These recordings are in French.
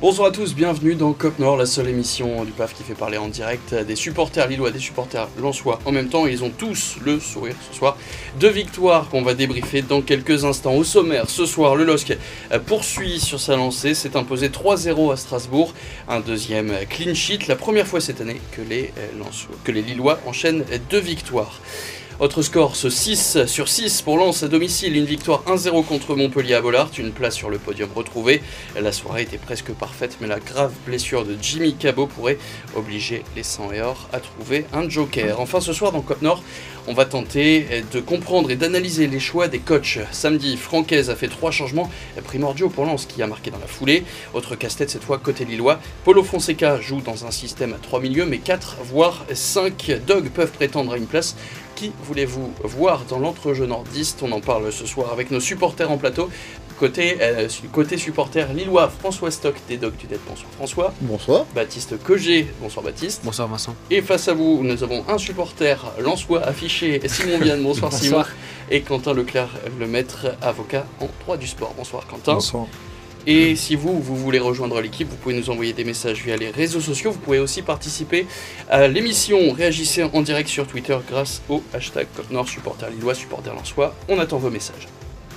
Bonjour à tous, bienvenue dans COP Nord, la seule émission du PAF qui fait parler en direct des supporters lillois, des supporters lensois. En même temps, ils ont tous le sourire ce soir. 2 victoires qu'on va débriefer dans quelques instants. Au sommaire, ce soir, le LOSC poursuit sur sa lancée, s'est imposé 3-0 à Strasbourg. Un deuxième clean sheet, la première fois cette année que les Lillois enchaînent 2 victoires. Autre score, ce 6/6 pour Lens à domicile, une victoire 1-0 contre Montpellier à Bollaert, une place sur le podium retrouvée. La soirée était presque parfaite, mais la grave blessure de Jimmy Cabot pourrait obliger les 100 et or à trouver un joker. Enfin ce soir dans COP Nord, on va tenter de comprendre et d'analyser les choix des coachs. Samedi, Francaise a fait 3 changements primordiaux pour Lens qui a marqué dans la foulée. Autre casse-tête cette fois côté lillois. Paulo Fonseca joue dans un système à 3 milieux, mais 4 voire 5 dogs peuvent prétendre à une place. Qui voulez-vous voir dans l'entrejeu nordiste? On en parle ce soir avec nos supporters en plateau. Côté supporter lillois, François Stock des Dogs du Net. Bonsoir François. Bonsoir. Baptiste Cogé. Bonsoir Baptiste. Bonsoir Vincent. Et face à vous, nous avons un supporter lensois affiché, Simon Vianne. Bonsoir Simon. Et Quentin Leclerc-Lemaître, avocat en droit du sport. Bonsoir Quentin. Bonsoir. Et si vous voulez rejoindre l'équipe, vous pouvez nous envoyer des messages via les réseaux sociaux. Vous pouvez aussi participer à l'émission. Réagissez en direct sur Twitter grâce au hashtag COP Nord, supporter lillois, supporter lensois. On attend vos messages.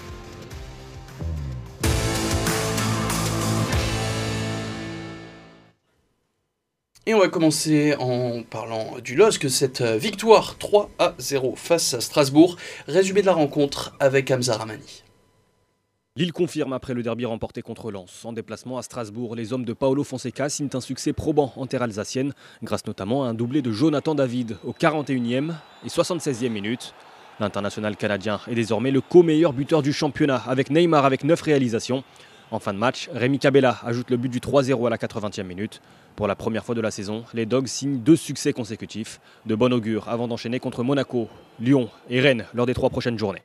Et on va commencer en parlant du LOSC, cette victoire 3-0 face à Strasbourg. Résumé de la rencontre avec Hamza Ramani. Lille confirme après le derby remporté contre Lens. En déplacement à Strasbourg, les hommes de Paulo Fonseca signent un succès probant en terre alsacienne, grâce notamment à un doublé de Jonathan David au 41e et 76e minute. L'international canadien est désormais le co-meilleur buteur du championnat, avec Neymar avec 9 réalisations. En fin de match, Rémi Cabella ajoute le but du 3-0 à la 80e minute. Pour la première fois de la saison, les Dogs signent 2 succès consécutifs. De bon augure avant d'enchaîner contre Monaco, Lyon et Rennes lors des 3 prochaines journées.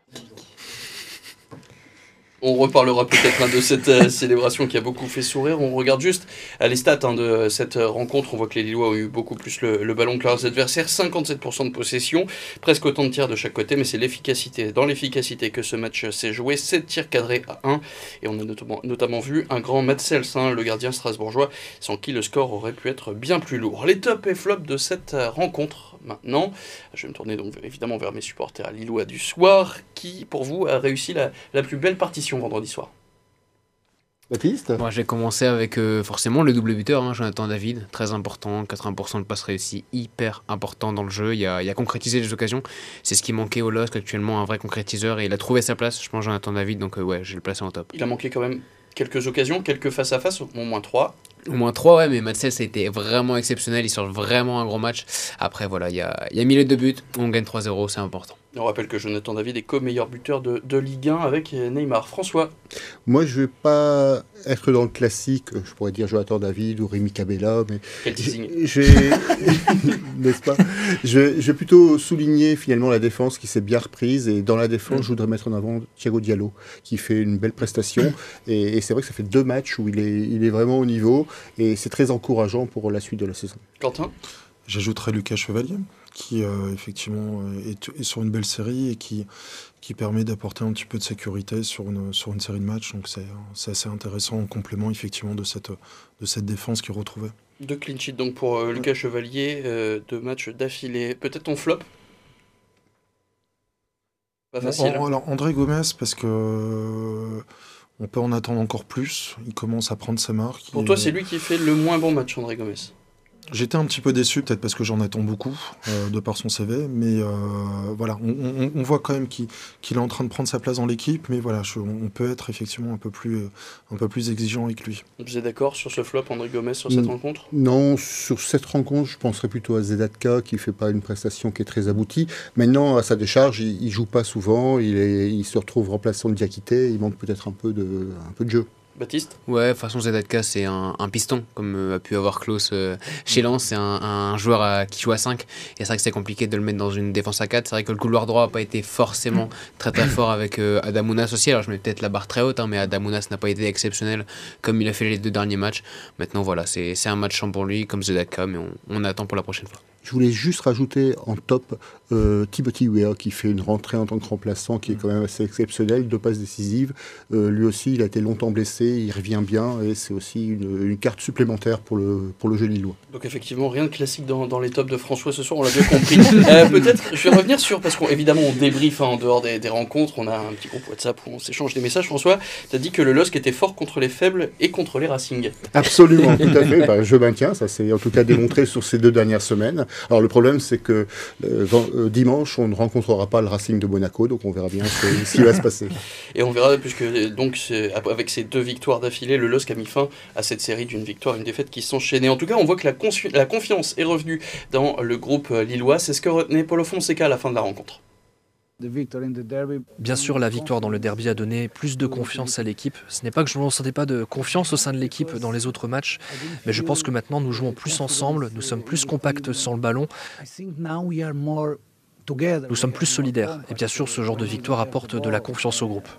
On reparlera peut-être de cette célébration qui a beaucoup fait sourire. On regarde juste les stats de cette rencontre. On voit que les Lillois ont eu beaucoup plus le ballon que leurs adversaires. 57% de possession, presque autant de tirs de chaque côté. Mais c'est dans l'efficacité que ce match s'est joué. 7 tirs cadrés à 1. Et on a notamment vu un grand Mats Sels, le gardien strasbourgeois, sans qui le score aurait pu être bien plus lourd. Les tops et flops de cette rencontre maintenant. Je vais me tourner donc évidemment vers mes supporters lillois du soir. Qui, pour vous, a réussi la plus belle partition vendredi soir? Baptiste? Moi, j'ai commencé avec forcément le double buteur, Jonathan David, très important, 80% de passes réussies, hyper important dans le jeu. Il a concrétisé les occasions, c'est ce qui manquait au LOSC actuellement, un vrai concrétiseur, et il a trouvé sa place, je pense, Jonathan David, donc ouais, je vais le placer en top. Il a manqué quand même quelques occasions, quelques face-à-face, au moins 3. Au moins 3, ouais, mais Mats Sels a été vraiment exceptionnel, il sort vraiment un gros match. Après, voilà, il y a 1000 de buts, on gagne 3-0, c'est important. On rappelle que Jonathan David est co-meilleur buteur de Ligue 1 avec Neymar. François? Moi, je ne vais pas être dans le classique, je pourrais dire Jonathan David ou Rémi Cabella, mais quel teasing. N'est-ce pas? Je vais plutôt souligner finalement la défense qui s'est bien reprise, et dans la défense, je voudrais mettre en avant Thiago Diallo, qui fait une belle prestation, et c'est vrai que ça fait 2 matchs où il est vraiment au niveau, et c'est très encourageant pour la suite de la saison. Quentin? J'ajouterais Lucas Chevalier, qui effectivement est sur une belle série et qui permet d'apporter un petit peu de sécurité sur une série de matchs. Donc c'est assez intéressant en complément effectivement de cette défense qu'il retrouvait. 2 clean sheets donc pour Lucas Chevalier, 2 matchs d'affilée. Peut-être ton flop? Pas facile. Alors André Gomes, parce que on peut en attendre encore plus. Il commence à prendre sa marque. Pour toi, c'est lui qui fait le moins bon match, André Gomes? J'étais un petit peu déçu, peut-être parce que j'en attends beaucoup, de par son CV, mais voilà, on voit quand même qu'il est en train de prendre sa place dans l'équipe, mais voilà, on peut être effectivement un peu plus exigeant avec lui. Vous êtes d'accord sur ce flop, André Gomes, sur cette rencontre? Non, sur cette rencontre, je penserais plutôt à Zedatka, qui ne fait pas une prestation qui est très aboutie. Maintenant, à sa décharge, il ne joue pas souvent, il se retrouve remplaçant de Diakité, il manque peut-être un peu de jeu. Baptiste? Ouais, de toute façon, Zedatka, c'est un piston, comme a pu avoir Klaus chez Lens. C'est un joueur qui joue à 5. Et c'est vrai que c'est compliqué de le mettre dans une défense à 4. C'est vrai que le couloir droit n'a pas été forcément très très fort avec Adamounas aussi. Alors je mets peut-être la barre très haute, mais Adamounas n'a pas été exceptionnel comme il a fait les 2 derniers matchs. Maintenant, voilà, c'est un match champ pour lui, comme Zedatka, mais on attend pour la prochaine fois. Je voulais juste rajouter en top Timothy Weah, qui fait une rentrée en tant que remplaçant qui est quand même assez exceptionnelle, 2 passes décisives. Lui aussi, il a été longtemps blessé blessé, il revient bien et c'est aussi une carte supplémentaire pour le jeu lillois. Donc effectivement, rien de classique dans les tops de François ce soir, on l'a bien compris. Peut-être, je vais revenir sur, parce qu'évidemment on débriefe en dehors des rencontres, on a un petit groupe WhatsApp où on s'échange des messages. François, tu as dit que le LOSC était fort contre les faibles et contre les Racing. Absolument, tout à fait. Je maintiens, ça s'est en tout cas démontré sur ces 2 dernières semaines. Alors le problème c'est que dimanche on ne rencontrera pas le Racing de Monaco, donc on verra bien ce qui va se passer. Et on verra, puisque donc avec ces 2 victoires d'affilée, le LOSC a mis fin à cette série d'une victoire, une défaite qui s'enchaînait. En tout cas, on voit que la confiance est revenue dans le groupe lillois. C'est ce que retenait Paulo Fonseca à la fin de la rencontre. Bien sûr, la victoire dans le derby a donné plus de confiance à l'équipe. Ce n'est pas que je ne ressentais pas de confiance au sein de l'équipe dans les autres matchs, mais je pense que maintenant nous jouons plus ensemble, nous sommes plus compacts sans le ballon, nous sommes plus solidaires. Et bien sûr, ce genre de victoire apporte de la confiance au groupe.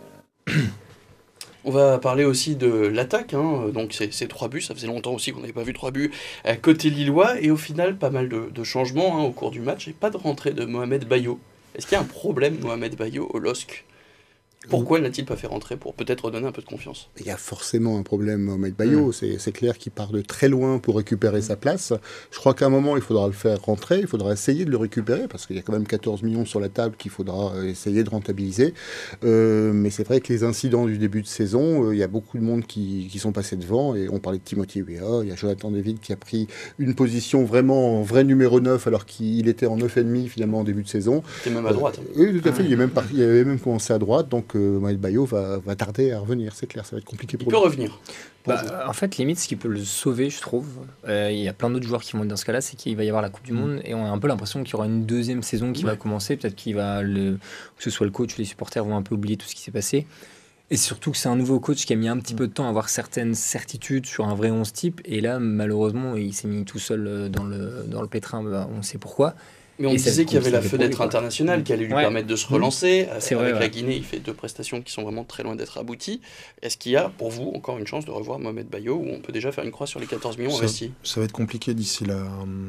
On va parler aussi de l'attaque, donc ces 3 buts, ça faisait longtemps aussi qu'on n'avait pas vu 3 buts côté lillois, et au final pas mal de changements au cours du match, et pas de rentrée de Mohamed Bayo. Est-ce qu'il y a un problème, Mohamed Bayo, au LOSC ? Pourquoi n'a-t-il pas fait rentrer pour peut-être redonner un peu de confiance ? Il y a forcément un problème, Mohamed Bayo. C'est clair qu'il part de très loin pour récupérer sa place. Je crois qu'à un moment, il faudra le faire rentrer, il faudra essayer de le récupérer, parce qu'il y a quand même 14 millions sur la table qu'il faudra essayer de rentabiliser. Mais c'est vrai que les incidents du début de saison, il y a beaucoup de monde qui sont passés devant, et on parlait de Timothy Weah, il y a Jonathan David qui a pris une position vraiment vrai numéro 9, alors qu'il était en 9,5 finalement en début de saison. Il était même à droite. Oui, tout à fait, il avait même commencé à droite, donc Mohamed Bayo va tarder à revenir, c'est clair, ça va être compliqué pour lui. Il peut revenir. En fait, limite, ce qui peut le sauver, je trouve, il y a plein d'autres joueurs qui vont être dans ce cas-là, c'est qu'il va y avoir la Coupe du Monde, et on a un peu l'impression qu'il y aura une deuxième saison qui va commencer, peut-être que ce soit le coach ou les supporters vont un peu oublier tout ce qui s'est passé. Et surtout que c'est un nouveau coach qui a mis un petit peu de temps à avoir certaines certitudes sur un vrai 11 type, et là, malheureusement, il s'est mis tout seul dans le pétrin, on sait pourquoi. Mais on disait qu'il y avait la fenêtre internationale qui allait lui permettre de se relancer. Avec la Guinée, il fait 2 prestations qui sont vraiment très loin d'être abouties. Est-ce qu'il y a, pour vous, encore une chance de revoir Mohamed Bayo, où on peut déjà faire une croix sur les 14 millions investis ? Ça va être compliqué d'ici la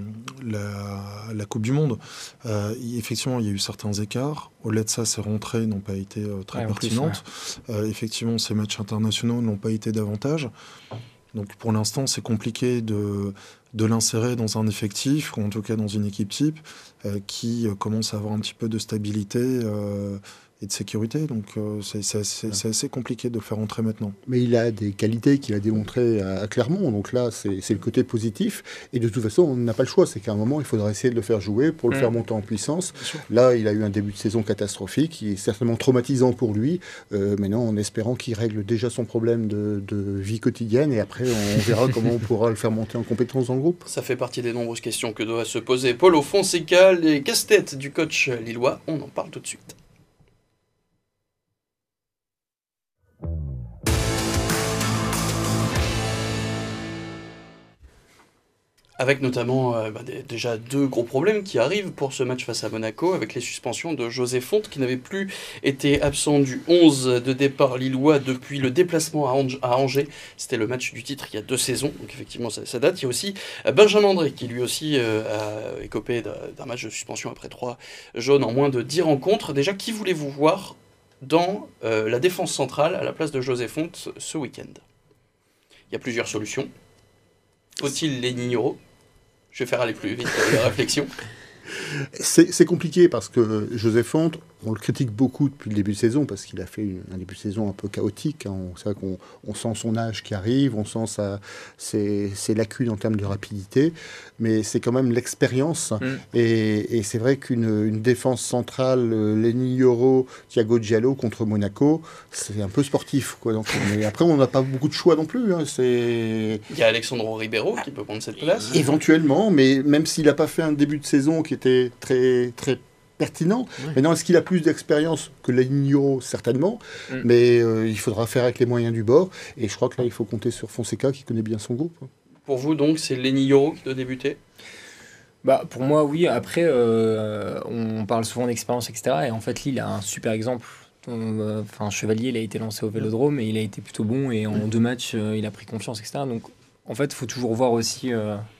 Coupe du Monde. Effectivement, il y a eu certains écarts. Au-delà de ça, ces rentrées n'ont pas été très pertinentes. Effectivement, ces matchs internationaux n'ont pas été davantage. Donc pour l'instant, c'est compliqué de l'insérer dans un effectif, ou en tout cas dans une équipe type, qui commence à avoir un petit peu de stabilité et de sécurité. Donc c'est assez compliqué de le faire entrer maintenant. Mais il a des qualités qu'il a démontrées à Clermont, donc là c'est le côté positif. Et de toute façon, on n'a pas le choix, c'est qu'à un moment, il faudra essayer de le faire jouer pour le faire monter en puissance. Là, il a eu un début de saison catastrophique, qui est certainement traumatisant pour lui, maintenant en espérant qu'il règle déjà son problème de vie quotidienne, et après on verra comment on pourra le faire monter en compétence dans le groupe. Ça fait partie des nombreuses questions que doit se poser Paulo Fonseca, les casse-têtes du coach lillois, on en parle tout de suite. Avec notamment déjà 2 gros problèmes qui arrivent pour ce match face à Monaco, avec les suspensions de José Fonte, qui n'avait plus été absent du 11 de départ lillois depuis le déplacement à Angers. C'était le match du titre il y a 2 saisons, donc effectivement ça date. Il y a aussi Benjamin André, qui lui aussi a écopé d'un match de suspension après 3 jaunes en moins de 10 rencontres. Déjà, qui voulez-vous voir dans la défense centrale à la place de José Fonte ce week-end ? Il y a plusieurs solutions. Faut-il les Nignoro ? Je vais faire aller plus vite la réflexion. C'est compliqué parce que José Fonte, on le critique beaucoup depuis le début de saison parce qu'il a fait un début de saison un peu chaotique. C'est vrai qu'on sent son âge qui arrive, on sent ses lacunes en termes de rapidité, mais c'est quand même l'expérience. Et c'est vrai qu'une défense centrale, Lenny Yoro, Thiago Diallo contre Monaco, c'est un peu sportif, quoi. Donc, mais après, on n'a pas beaucoup de choix non plus. Il y a Alexandro Ribeiro qui peut prendre cette place. Éventuellement, mais même s'il n'a pas fait un début de saison qui était très, très pertinent. Maintenant, est-ce qu'il a plus d'expérience que Lenny? Certainement, mais il faudra faire avec les moyens du bord, et je crois que là, il faut compter sur Fonseca qui connaît bien son groupe. Pour vous, donc, c'est Lenny qui doit débuter? Pour moi, oui. Après, on parle souvent d'expérience, etc. Et en fait, Lille a un super exemple. Chevalier, il a été lancé au Vélodrome et il a été plutôt bon, et en 2 matchs, il a pris confiance, etc. Donc, en fait, il faut toujours voir aussi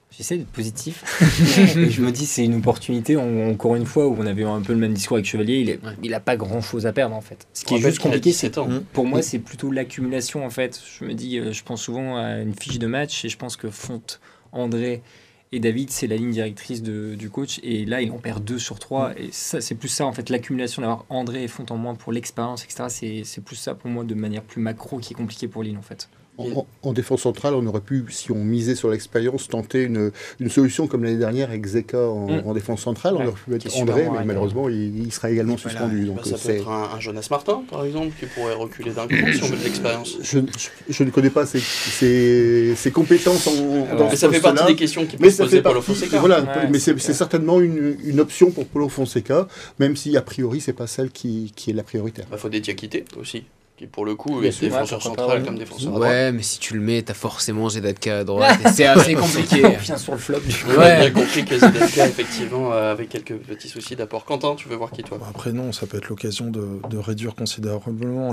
J'essaie d'être positif. Et je me dis, c'est une opportunité, encore une fois, où on avait un peu le même discours avec Chevalier, il a pas grand-chose à perdre, en fait. Ce qui est juste compliqué, c'est pour moi, c'est plutôt l'accumulation, en fait. Je me dis, je pense souvent à une fiche de match, et je pense que Fonte, André et David, c'est la ligne directrice du coach, et là, il en perd 2 sur 3, et ça, c'est plus ça, en fait, l'accumulation d'avoir André et Fonte en moins pour l'expérience, etc., c'est plus ça, pour moi, de manière plus macro, qui est compliqué pour Lille, en fait. En défense centrale, on aurait pu, si on misait sur l'expérience, tenter une solution comme l'année dernière avec Zeka en défense centrale. On aurait pu mettre André, mais malheureusement, il sera également suspendu. Donc, ça peut être un Jonas Martin, par exemple, qui pourrait reculer d'un cran si on veut de l'expérience. Je ne connais pas ses compétences dans mais ça fait partie des questions qui peuvent se poser Paulo Fonseca. Voilà, mais c'est certainement une option pour Paulo Fonseca, même si a priori, c'est pas celle qui est la prioritaire. Il faut des Diakité aussi, qui pour le coup est défenseur central comme défenseur à droite. Ouais, mais si tu le mets, t'as forcément Zedatka à droite. Et c'est assez compliqué. Confiance sur le flop. On a bien compris que Zedatka, effectivement, avait quelques petits soucis d'apport. Quentin, tu veux voir qui, toi ? Après, non, ça peut être l'occasion de réduire considérablement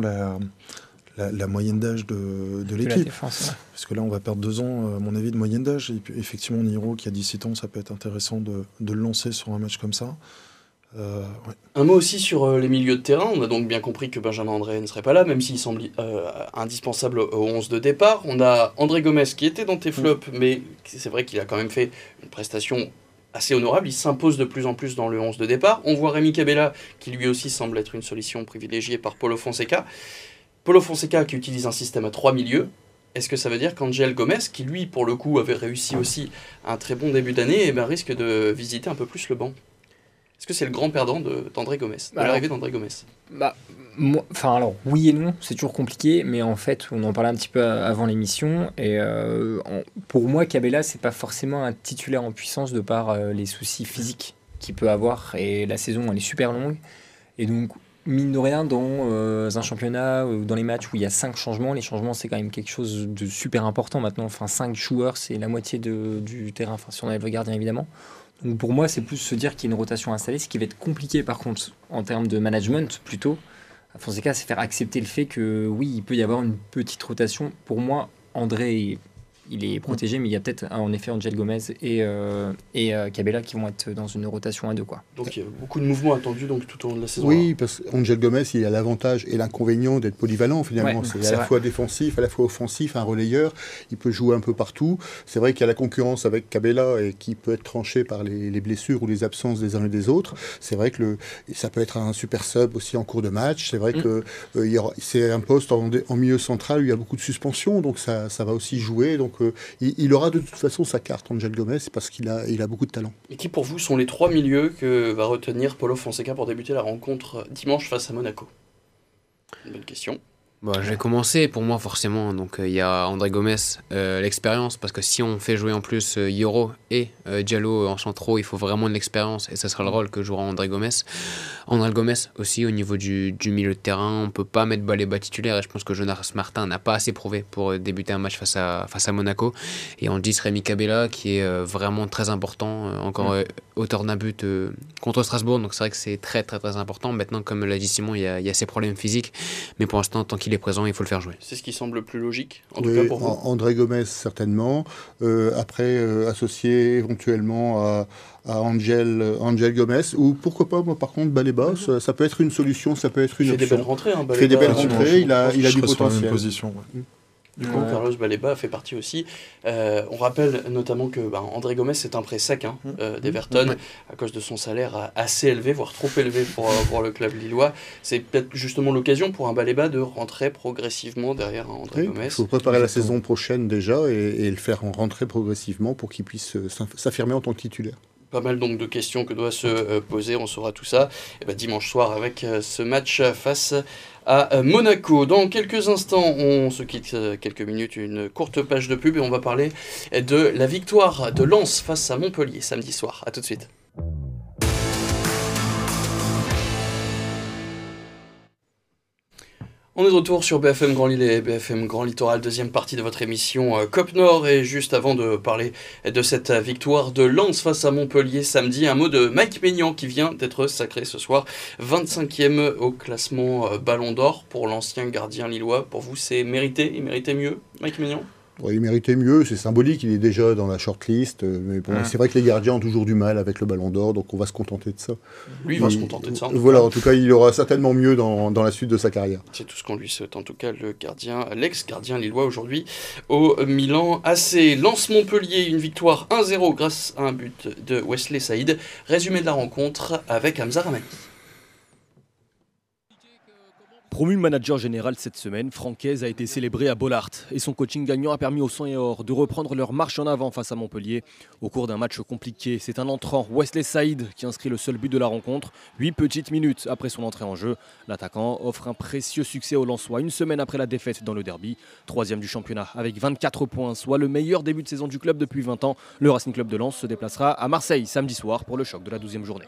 la moyenne d'âge de l'équipe. Parce que là, on va perdre 2 ans, à mon avis, de moyenne d'âge. Et puis, effectivement, Niro, qui a 17 ans, ça peut être intéressant de le lancer sur un match comme ça. Ouais. Un mot aussi sur les milieux de terrain. On a donc bien compris que Benjamin André ne serait pas là, même s'il semble indispensable au 11 de départ. On a André Gomes qui était dans tes flops, mais c'est vrai qu'il a quand même fait une prestation assez honorable. Il s'impose de plus en plus dans le 11 de départ. On voit Rémi Cabella qui lui aussi semble être une solution privilégiée par Paulo Fonseca. Paulo Fonseca qui utilise un système à 3 milieux. Est-ce que ça veut dire qu'Angel Gomes, qui lui pour le coup avait réussi aussi un très bon début d'année, risque de visiter un peu plus le banc ? Est-ce que c'est le grand perdant d'André Gomes, l'arrivée d'André Gomes ? Alors, oui et non, c'est toujours compliqué, mais en fait, on en parlait un petit peu avant l'émission, et pour moi, Cabella, c'est pas forcément un titulaire en puissance de par les soucis physiques qu'il peut avoir, et la saison, elle est super longue, et donc, mine de rien, dans un championnat, dans les matchs où il y a 5 changements, les changements, c'est quand même quelque chose de super important maintenant, 5 joueurs, c'est la moitié du terrain, si on enlève le gardien, évidemment. Donc pour moi, c'est plus se dire qu'il y a une rotation installée. Ce qui va être compliqué, par contre, en termes de management, plutôt, à Fonseca, c'est faire accepter le fait que, oui, il peut y avoir une petite rotation. Pour moi, André, il est protégé, mais il y a peut-être, en effet, Angel Gomes et Cabella qui vont être dans une rotation à 2, quoi. Donc il y a beaucoup de mouvements attendus tout au long de la saison. Oui, parce qu'Angel Gomes, il a l'avantage et l'inconvénient d'être polyvalent, finalement. C'est à la fois défensif, à la fois offensif, un relayeur. Il peut jouer un peu partout. C'est vrai qu'il y a la concurrence avec Cabella et qui peut être tranchée par les blessures ou les absences des uns et des autres. C'est vrai que ça peut être un super sub aussi en cours de match. C'est vrai que c'est un poste en milieu central où il y a beaucoup de suspensions, donc ça va aussi jouer. Donc il aura de toute façon sa carte, Angel Gomes, parce qu'il a beaucoup de talent. Et qui pour vous sont les 3 milieux que va retenir Paulo Fonseca pour débuter la rencontre dimanche face à Monaco ? Une bonne question. Je vais commencer, pour moi forcément, donc il y a André Gomes, l'expérience, parce que si on fait jouer en plus Yoro et Diallo en centraux, il faut vraiment de l'expérience, et ça sera le rôle que jouera André Gomes. André Gomes aussi, au niveau du milieu de terrain, on ne peut pas mettre Baleba titulaire, et je pense que Jonas Martin n'a pas assez prouvé pour débuter un match face à Monaco. Et on dit Rémi Cabella, qui est vraiment très important, encore auteur d'un but contre Strasbourg, donc c'est vrai que c'est très très très important. Maintenant, comme l'a dit Simon, il y a ses problèmes physiques, mais pour l'instant, tant qu'il est présent, il faut le faire jouer. C'est ce qui semble le plus logique, en tout cas pour vous. André Gomes, certainement. Après, associé éventuellement à Angel Gomes, ou pourquoi pas, moi, par contre, Baleba, ça peut être une solution, ça peut être une option. Il fait des belles rentrées, Baleba. Il fait des belles rentrées, il a du potentiel. Position, Du coup, Carlos Baleba fait partie aussi. On rappelle notamment que André Gomes est un prêt sec d'Everton à cause de son salaire assez élevé, voire trop élevé pour le club lillois. C'est peut-être justement l'occasion pour un Baleba de rentrer progressivement derrière André Gomes. Il faut préparer la saison prochaine déjà et le faire rentrer progressivement pour qu'il puisse s'affirmer en tant que titulaire. Pas mal donc de questions que doit se poser, on saura tout ça dimanche soir avec ce match face à Monaco. Dans quelques instants, on se quitte quelques minutes, une courte page de pub et on va parler de la victoire de Lens face à Montpellier samedi soir. A tout de suite. On est de retour sur BFM Grand Lille et BFM Grand Littoral, deuxième partie de votre émission COP Nord. Et juste avant de parler de cette victoire de Lens face à Montpellier samedi, un mot de Mike Maignan qui vient d'être sacré ce soir 25e au classement Ballon d'Or pour l'ancien gardien lillois. Pour vous, c'est mérité? Il méritait mieux, Mike Maignan? Ouais, il méritait mieux, c'est symbolique, il est déjà dans la shortlist, mais bon, c'est vrai que les gardiens ont toujours du mal avec le ballon d'or, donc on va se contenter de ça. Lui, il va se contenter de ça. En tout cas, il aura certainement mieux dans la suite de sa carrière. C'est tout ce qu'on lui souhaite, en tout cas, l'ex-gardien lillois aujourd'hui au Milan AC. Lens Montpellier, une victoire 1-0 grâce à un but de Wesley Saïd. Résumé de la rencontre avec Hamza Ramani. Promu manager général cette semaine, Francaise a été célébré à Bollaert et son coaching gagnant a permis aux Sang et Or de reprendre leur marche en avant face à Montpellier au cours d'un match compliqué. C'est un entrant, Wesley Saïd, qui inscrit le seul but de la rencontre, 8 petites minutes après son entrée en jeu. L'attaquant offre un précieux succès aux Lensois une semaine après la défaite dans le derby. 3e du championnat avec 24 points, soit le meilleur début de saison du club depuis 20 ans. Le Racing Club de Lens se déplacera à Marseille samedi soir pour le choc de la 12e journée.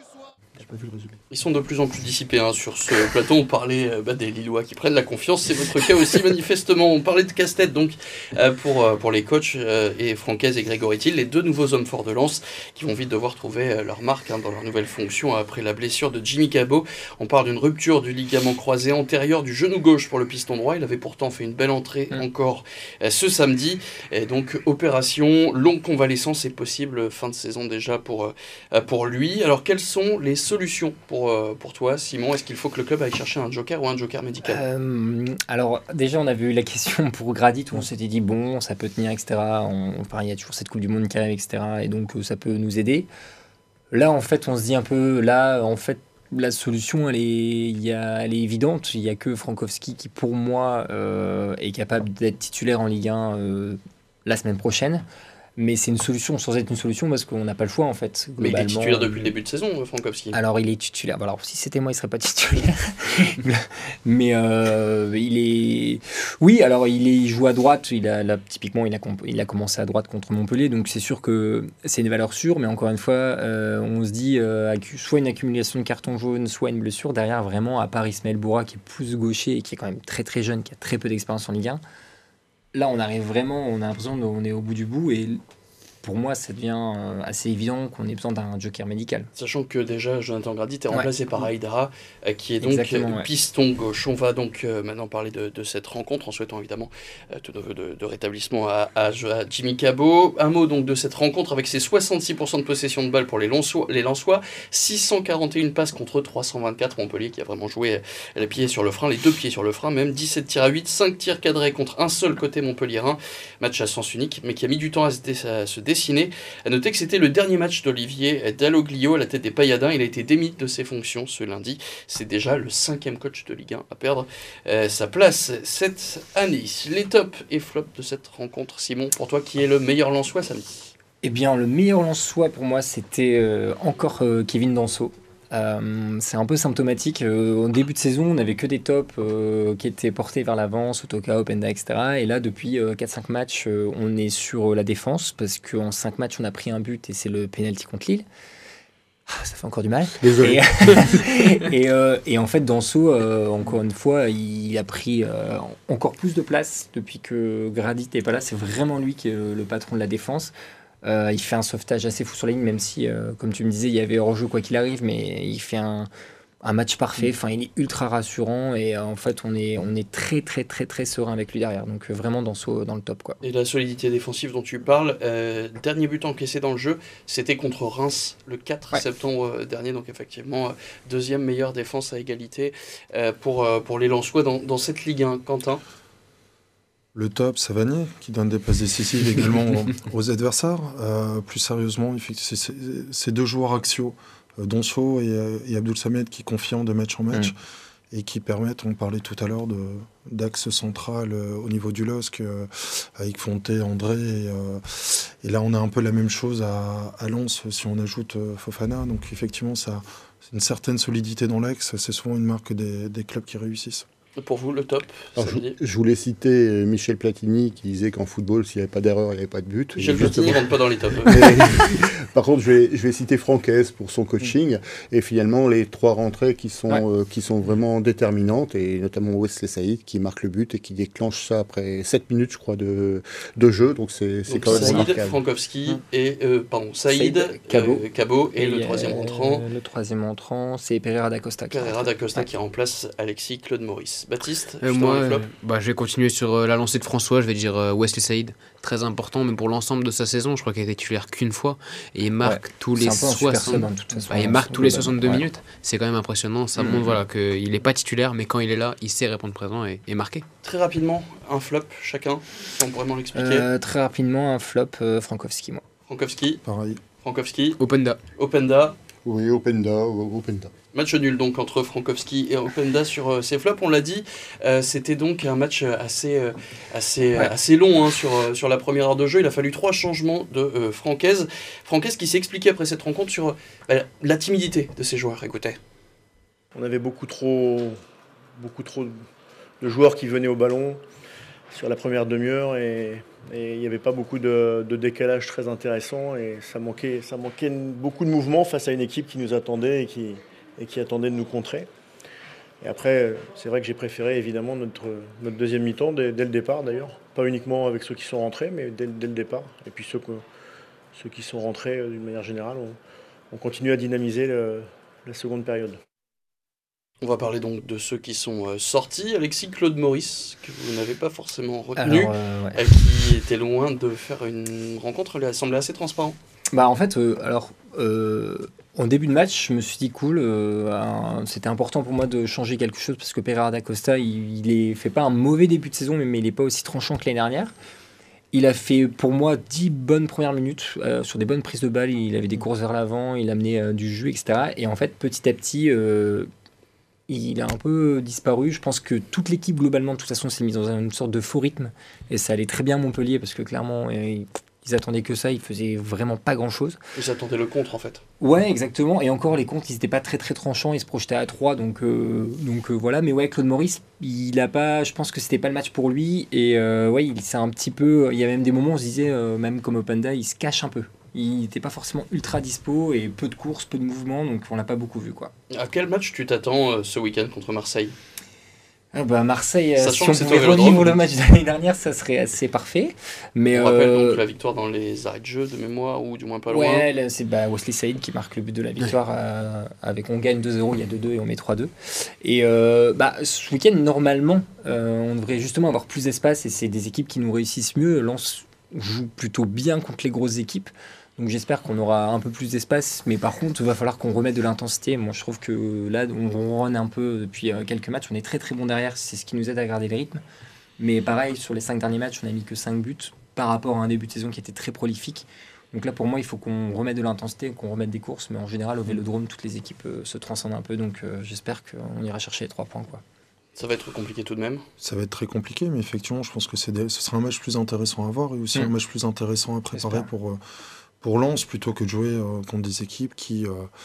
Ils sont de plus en plus dissipés sur ce plateau. On parlait des Lillois qui prennent la confiance. C'est votre cas aussi manifestement. On parlait de casse-tête donc pour les coachs et Francaise et Grégory Thiel, les deux nouveaux hommes forts de Lens qui vont vite devoir trouver leur marque dans leur nouvelle fonction après la blessure de Jimmy Cabot. On parle d'une rupture du ligament croisé antérieur du genou gauche pour le piston droit. Il avait pourtant fait une belle entrée encore ce samedi. Et donc opération, longue convalescence est possible fin de saison déjà pour lui. Alors quelles sont les solution pour toi, Simon? Est-ce qu'il faut que le club aille chercher un joker ou un joker médical? Alors déjà on avait eu la question pour Gradit où on s'était dit bon ça peut tenir etc, il y a toujours cette Coupe du Monde qui arrive etc et donc ça peut nous aider. Là en fait on se dit un peu la solution elle est évidente, il n'y a que Frankowski qui pour moi est capable d'être titulaire en Ligue 1 la semaine prochaine. Mais c'est une solution sans être une solution parce qu'on n'a pas le choix en fait. Mais il est titulaire depuis le début de saison, Frankowski. Alors il est titulaire. Alors si c'était moi, il serait pas titulaire. Mais il est. Oui, alors il joue à droite. Typiquement, il a commencé à droite contre Montpellier, donc c'est sûr que c'est une valeur sûre. Mais encore une fois, on se dit soit une accumulation de cartons jaunes, soit une blessure derrière. Vraiment, à part Ismaël Boura qui est plus gaucher et qui est quand même très très jeune, qui a très peu d'expérience en Ligue 1. Là, on arrive vraiment, on a l'impression qu'on est au bout du bout et pour moi, ça devient assez évident qu'on ait besoin d'un joker médical. Sachant que déjà, Jonathan Gradit est remplacé par Aïdara, qui est donc piston gauche. On va donc maintenant parler de cette rencontre, en souhaitant évidemment tout neveu de rétablissement à Jimmy Cabot. Un mot donc de cette rencontre avec ses 66% de possession de balle pour les Lensois, 641 passes contre 324. Montpellier qui a vraiment joué les pieds sur le frein, les deux pieds sur le frein, même 17 tirs à 8, 5 tirs cadrés contre un seul côté montpelliérain. Match à sens unique, mais qui a mis du temps à se dessiner. À noter que c'était le dernier match d'Olivier Dalloglio à la tête des Payadins. Il a été démis de ses fonctions ce lundi. C'est déjà le 5e coach de Ligue 1 à perdre sa place cette année. Les tops et flops de cette rencontre, Simon, pour toi, qui est le meilleur Lensois samedi? Eh bien, le meilleur Lensois pour moi, c'était encore Kevin Danso. C'est un peu symptomatique. Au début de saison, on n'avait que des tops qui étaient portés vers l'avant, Sotoka, Openda, etc. Et là, depuis 4-5 matchs, on est sur la défense parce qu'en 5 matchs, on a pris un but et c'est le penalty contre Lille. Ça fait encore du mal. Désolé. Et en fait, Danso, encore une fois, il a pris encore plus de place depuis que Gradit n'est pas là. C'est vraiment lui qui est le patron de la défense. Il fait un sauvetage assez fou sur la ligne, même si, comme tu me disais, il y avait hors-jeu quoi qu'il arrive, mais il fait un match parfait. Enfin, il est ultra rassurant et en fait, on est très, très, très, très serein avec lui derrière. Donc, vraiment dans le top, quoi. Et la solidité défensive dont tu parles, dernier but encaissé dans le jeu, c'était contre Reims le 4 septembre dernier. Donc, effectivement, deuxième meilleure défense à égalité pour les Lensois dans cette Ligue 1. Quentin? Le top, Savanier, qui donne des passes décisives également aux adversaires. Plus sérieusement, c'est deux joueurs axiaux, Danso et Abdoul Samed, qui confient de match en match et qui permettent, on parlait tout à l'heure, d'axe central au niveau du LOSC, avec Fonté, André. Et là, on a un peu la même chose à Lens si on ajoute Fofana. Donc effectivement, c'est une certaine solidité dans l'axe. C'est souvent une marque des clubs qui réussissent. Pour vous, le top? Je voulais citer Michel Platini qui disait qu'en football, s'il n'y avait pas d'erreur, il n'y avait pas de but. Michel Platini ne rentre pas dans les tops. Par contre, je vais citer Francaise pour son coaching. Et finalement, les 3 rentrées qui sont vraiment déterminantes, et notamment Wesley Saïd qui marque le but et qui déclenche ça après 7 minutes, je crois, de jeu. Donc c'est quand même remarquable. Saïd, Frankowski et Saïd, Cabot et le troisième entrant. Le troisième entrant, c'est Pereira da Costa. Pereira da Costa qui remplace Alexis Claude Maurice. Baptiste, juste avant Moi, les flops. je vais continuer sur la lancée de François. Je vais dire Wesley Saïd, très important, mais pour l'ensemble de sa saison, je crois qu'il a été titulaire qu'une fois et il marque tous les 60. Il marque tous les 62 minutes. C'est quand même impressionnant. Ça montre qu'il n'est pas titulaire, mais quand il est là, il sait répondre présent et marquer. Très rapidement, un flop chacun, sans vraiment l'expliquer. Très rapidement, un flop Frankowski, moi. Frankowski, Pareil. Openda. Oui, Openda. Match nul donc entre Frankowski et Openda sur ces flops. On l'a dit, c'était donc un match assez long sur la première heure de jeu. Il a fallu 3 changements de Francaise. Francaise qui s'est expliqué après cette rencontre sur la timidité de ses joueurs. Écoutez. On avait beaucoup trop de joueurs qui venaient au ballon sur la première demi-heure et il n'y avait pas beaucoup de décalage très intéressant et ça manquait beaucoup de mouvement face à une équipe qui nous attendait et qui attendait de nous contrer. Et après, c'est vrai que j'ai préféré évidemment notre deuxième mi-temps dès le départ d'ailleurs, pas uniquement avec ceux qui sont rentrés, mais dès le départ. Et puis ceux qui sont rentrés d'une manière générale, on continue à dynamiser la seconde période. On va parler donc de ceux qui sont sortis. Alexis Claude Maurice, que vous n'avez pas forcément retenu, qui était loin de faire une rencontre, il a semblé assez transparent. En fait, en début de match, je me suis dit cool, c'était important pour moi de changer quelque chose parce que Pereira da Costa, il fait pas un mauvais début de saison, mais il n'est pas aussi tranchant que l'année dernière. Il a fait pour moi 10 bonnes premières minutes sur des bonnes prises de balles, il avait des courses vers l'avant, il amenait du jus, etc. Et en fait, petit à petit, il a un peu disparu. Je pense que toute l'équipe, globalement, de toute façon, s'est mise dans une sorte de faux rythme. Et ça allait très bien à Montpellier, parce que clairement, ils attendaient que ça. Ils faisaient vraiment pas grand-chose. Ils attendaient le contre, en fait. Ouais, exactement. Et encore, les contres, ils n'étaient pas très, très tranchants. Ils se projetaient à 3. Donc voilà. Mais ouais, Claude Maurice, je pense que c'était pas le match pour lui. Et c'est un petit peu... Il y a même des moments où on se disait, même comme Openda, il se cache un peu. Il n'était pas forcément ultra dispo et peu de courses, peu de mouvements, donc on l'a pas beaucoup vu, quoi. À quel match tu t'attends ce week-end contre Marseille ? Marseille, Sachant si on pouvait revivre le match de l'année dernière, ça serait assez parfait. Mais on rappelle donc la victoire dans les arrêts de jeu de mémoire, ou du moins pas loin. Ouais, c'est Wesley Saïd qui marque le but de la victoire. On gagne 2-0, il y a 2-2 et on met 3-2. Et ce week-end, normalement, on devrait justement avoir plus d'espace et c'est des équipes qui nous réussissent mieux. Lens joue plutôt bien contre les grosses équipes. Donc j'espère qu'on aura un peu plus d'espace, mais par contre il va falloir qu'on remette de l'intensité. Moi je trouve que là on run un peu depuis quelques matchs, on est très très bon derrière, c'est ce qui nous aide à garder le rythme. Mais pareil, sur les 5 derniers matchs, on a mis que 5 buts par rapport à un début de saison qui était très prolifique. Donc là pour moi il faut qu'on remette de l'intensité, qu'on remette des courses, mais en général au Vélodrome toutes les équipes se transcendent un peu, donc j'espère qu'on ira chercher les 3 points, quoi. Ça va être compliqué tout de même. Ça va être très compliqué, mais effectivement je pense que ce sera un match plus intéressant à voir et aussi un match plus intéressant à préparer pour Lens, plutôt que de jouer contre des équipes qui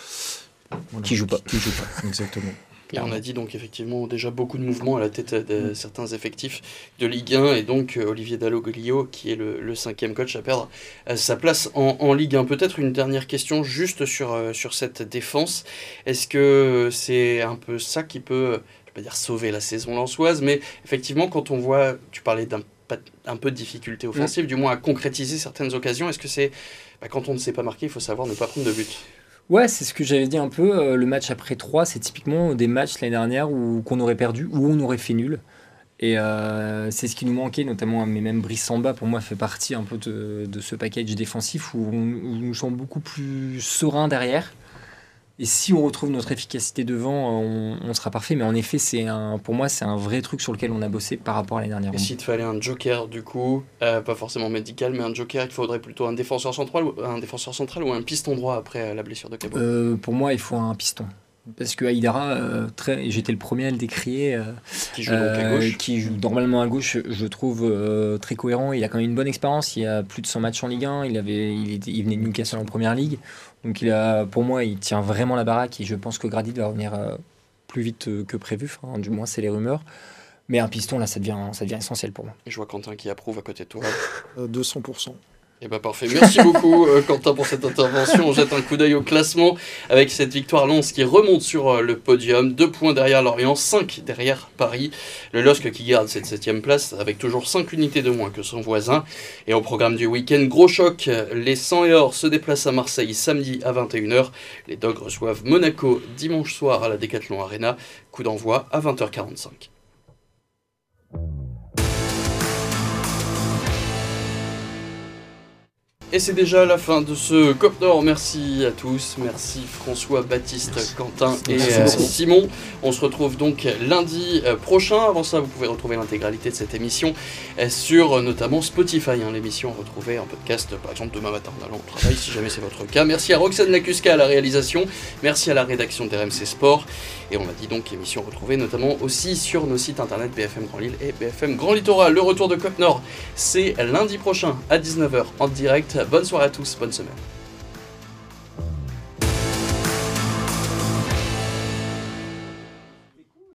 jouent pas. Exactement. Et on a dit donc effectivement déjà beaucoup de mouvements à la tête de certains effectifs de Ligue 1 et donc Olivier Dalloglio qui est le 5e coach à perdre sa place en Ligue 1. Peut-être une dernière question juste sur cette défense. Est-ce que c'est un peu ça qui peut, je vais pas dire sauver la saison lensoise, mais effectivement quand on voit, tu parlais un peu de difficulté offensive, du moins à concrétiser certaines occasions, est-ce que c'est quand on ne sait pas marquer, il faut savoir ne pas prendre de but? Ouais, c'est ce que j'avais dit un peu. Le match après 3, c'est typiquement des matchs l'année dernière qu'on aurait perdu ou on aurait fait nul. Et c'est ce qui nous manquait, notamment, mais même Brice Samba, pour moi, fait partie un peu de ce package défensif où nous sommes beaucoup plus sereins derrière. Et si on retrouve notre efficacité devant, on sera parfait. Mais en effet, pour moi, c'est un vrai truc sur lequel on a bossé par rapport à l'année dernière. Et s'il te fallait un joker, du coup, pas forcément médical, mais un joker, il faudrait plutôt un défenseur central ou un piston droit après la blessure de Cabot? Pour moi, il faut un piston. Parce que Aïdara, j'étais le premier à le décrier, qui joue donc à gauche. Qui joue normalement à gauche, je trouve très cohérent. Il a quand même une bonne expérience, il a plus de 100 matchs en Ligue 1, il venait de Newcastle en Première Ligue. Donc pour moi, il tient vraiment la baraque et je pense que Gradit va revenir plus vite que prévu, enfin, du moins c'est les rumeurs. Mais un piston, là, ça devient essentiel pour moi. Et je vois Quentin qui approuve à côté de toi. 200%. Et parfait. Merci beaucoup Quentin pour cette intervention. On jette un coup d'œil au classement avec cette victoire Lens qui remonte sur le podium. 2 points derrière Lorient, 5 derrière Paris. Le LOSC qui garde cette 7e place avec toujours 5 unités de moins que son voisin. Et au programme du week-end, gros choc. Les 100 et or se déplacent à Marseille samedi à 21h. Les Dogs reçoivent Monaco dimanche soir à la Decathlon Arena. Coup d'envoi à 20h45. Et c'est déjà la fin de ce COP Nord. Merci à tous. Merci François, Baptiste, Quentin et Simon. On se retrouve donc lundi prochain. Avant ça, vous pouvez retrouver l'intégralité de cette émission sur notamment Spotify. L'émission est retrouvée en podcast, par exemple, demain matin en allant au travail, si jamais c'est votre cas. Merci à Roxane Lacusca à la réalisation. Merci à la rédaction d'RMC Sport. Et on a dit donc émission retrouvée notamment aussi sur nos sites internet BFM Grand Lille et BFM Grand Littoral. Le retour de COP Nord, c'est lundi prochain à 19h en direct. Bonne soirée à tous, bonne semaine.